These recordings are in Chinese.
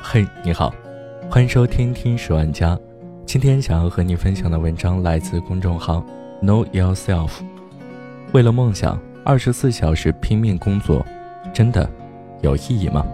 嘿，你好，欢迎收听听十万加。今天想要和你分享的文章来自公众号 Know Yourself。 为了梦想24小时拼命工作，真的有意义吗？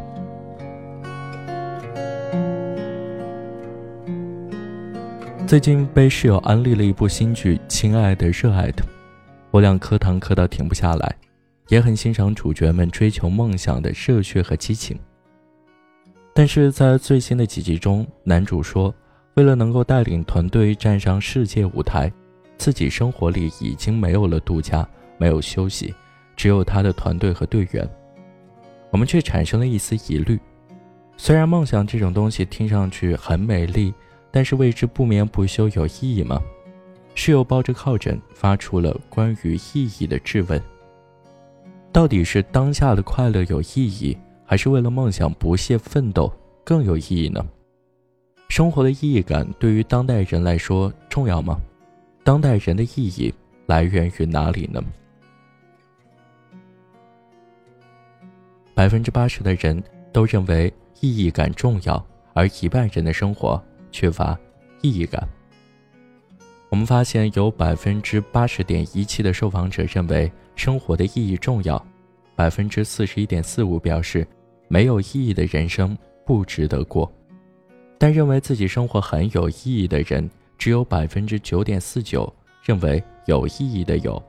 最近被室友安利了一部新剧《亲爱的热爱的》，我俩磕糖磕到停不下来，也很欣赏主角们追求梦想的热血和激情。但是在最新的几集中，男主说，为了能够带领团队站上世界舞台，自己生活里已经没有了度假，没有休息，只有他的团队和队员。我们却产生了一丝疑虑，虽然梦想这种东西听上去很美丽，但是为之不眠不休有意义吗？室友抱着靠枕发出了关于意义的质问。到底是当下的快乐有意义，还是为了梦想不懈奋斗更有意义呢？生活的意义感对于当代人来说重要吗？当代人的意义来源于哪里呢？80%的人都认为意义感重要，而一半人的生活缺乏意义感。我们发现有 80.17% 的受访者认为生活的意义重要， 41.45% 表示没有意义的人生不值得过，但认为自己生活很有意义的人只有 9.49%， 认为有意义的有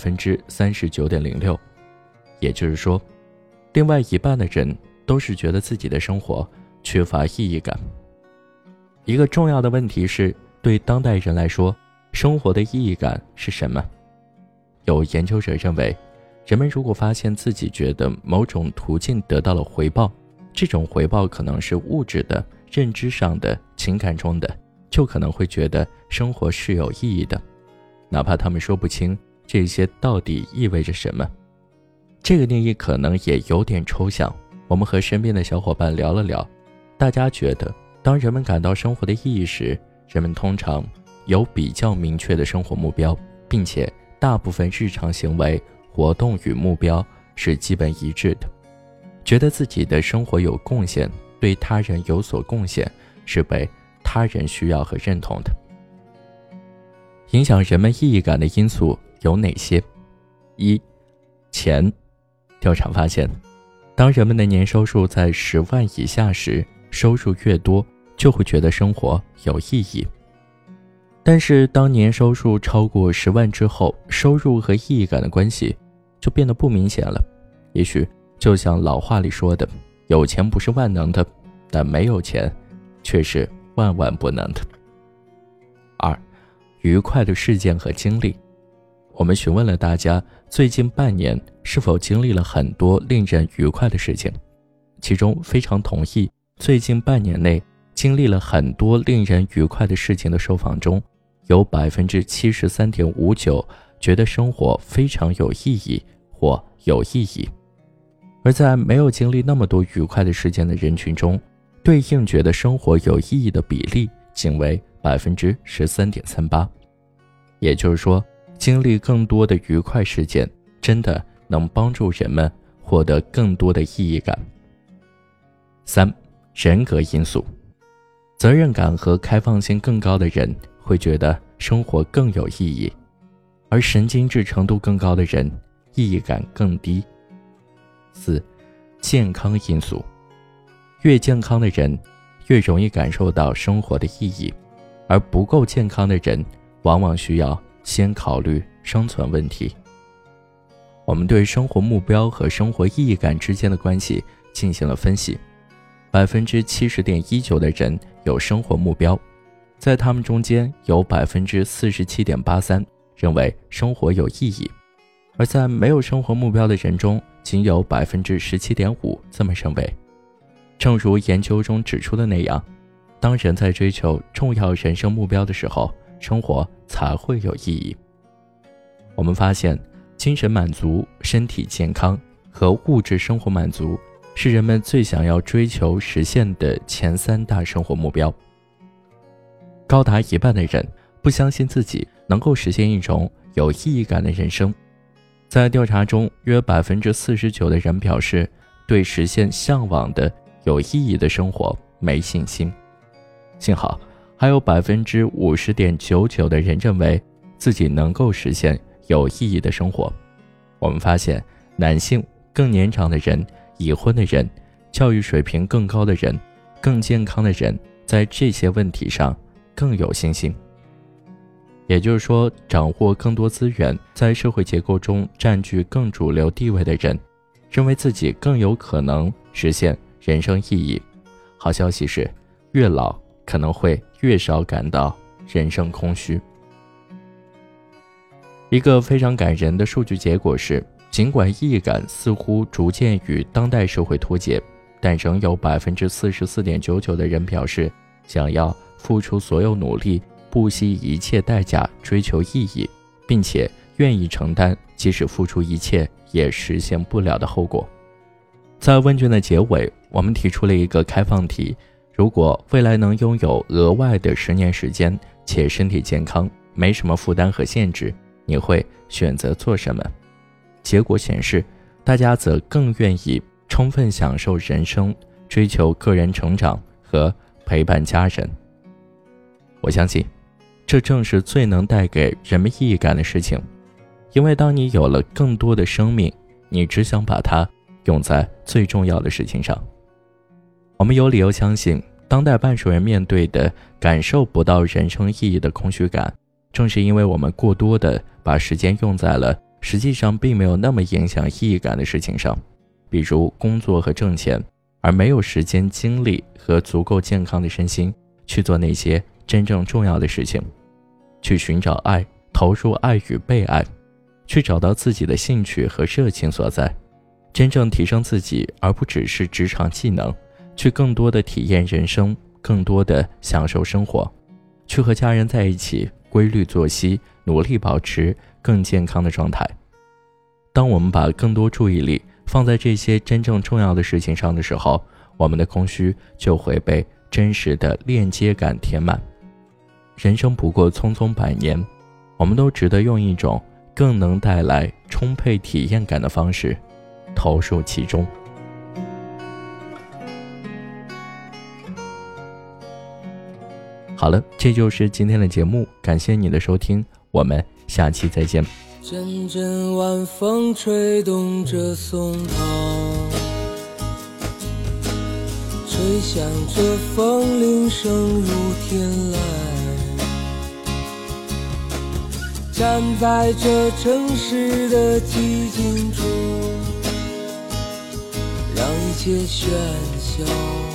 39.06%。 也就是说，另外一半的人都是觉得自己的生活缺乏意义感。一个重要的问题是，对当代人来说，生活的意义感是什么？有研究者认为，人们如果发现自己觉得某种途径得到了回报，这种回报可能是物质的、认知上的、情感中的，就可能会觉得生活是有意义的，哪怕他们说不清这些到底意味着什么。这个定义可能也有点抽象，我们和身边的小伙伴聊了聊，大家觉得当人们感到生活的意义时，人们通常有比较明确的生活目标，并且大部分日常行为、活动与目标是基本一致的，觉得自己的生活有贡献，对他人有所贡献，是被他人需要和认同的。影响人们意义感的因素有哪些？一、钱。调查发现，当人们的年收入在10万以下时，收入越多，就会觉得生活有意义。但是当年收入超过10万之后，收入和意义感的关系就变得不明显了。也许就像老话里说的，有钱不是万能的，但没有钱却是万万不能的。二、愉快的事件和经历。我们询问了大家最近半年是否经历了很多令人愉快的事情，其中非常同意最近半年内经历了很多令人愉快的事情的受访中，有 73.59% 觉得生活非常有意义或有意义。而在没有经历那么多愉快的事件的人群中，对应觉得生活有意义的比例仅为 13.38%。 也就是说，经历更多的愉快事件真的能帮助人们获得更多的意义感。三、人格因素。责任感和开放性更高的人会觉得生活更有意义，而神经质程度更高的人意义感更低。四、健康因素。越健康的人越容易感受到生活的意义，而不够健康的人往往需要先考虑生存问题。我们对生活目标和生活意义感之间的关系进行了分析， 70.19% 的人有生活目标，在他们中间有 47.83% 认为生活有意义，而在没有生活目标的人中仅有 17.5% 这么认为。正如研究中指出的那样，当人在追求重要人生目标的时候，生活才会有意义。我们发现，精神满足、身体健康和物质生活满足是人们最想要追求实现的前3大生活目标。高达一半的人不相信自己能够实现一种有意义感的人生。在调查中，约 49% 的人表示对实现向往的有意义的生活没信心。幸好还有 50.99% 的人认为自己能够实现有意义的生活。我们发现男性、更年长的人、已婚的人、教育水平更高的人、更健康的人，在这些问题上更有信心。也就是说，掌握更多资源，在社会结构中占据更主流地位的人，认为自己更有可能实现人生意义。好消息是，越老可能会越少感到人生空虚。一个非常感人的数据结果是，尽管意义感似乎逐渐与当代社会脱节，但仍有 44.99% 的人表示想要付出所有努力，不惜一切代价追求意义，并且愿意承担即使付出一切也实现不了的后果。在问卷的结尾，我们提出了一个开放题：如果未来能拥有额外的10年时间，且身体健康，没什么负担和限制，你会选择做什么？结果显示，大家则更愿意充分享受人生，追求个人成长和陪伴家人。我相信，这正是最能带给人们意义感的事情，因为当你有了更多的生命，你只想把它用在最重要的事情上。我们有理由相信，当代半数人面对的感受不到人生意义的空虚感，正是因为我们过多的把时间用在了实际上并没有那么影响意义感的事情上，比如工作和挣钱，而没有时间、精力和足够健康的身心去做那些真正重要的事情，去寻找爱，投入爱与被爱，去找到自己的兴趣和热情所在，真正提升自己，而不只是职场技能，去更多的体验人生，更多的享受生活，去和家人在一起，规律作息，努力保持更健康的状态。当我们把更多注意力放在这些真正重要的事情上的时候，我们的空虚就会被真实的链接感填满。人生不过匆匆100年，我们都值得用一种更能带来充沛体验感的方式投入其中。好了，这就是今天的节目，感谢你的收听，我们下期再见。 阵阵晚风吹动着松涛，吹响着风铃声如天籁，站在这城市的寂静中，让一切喧嚣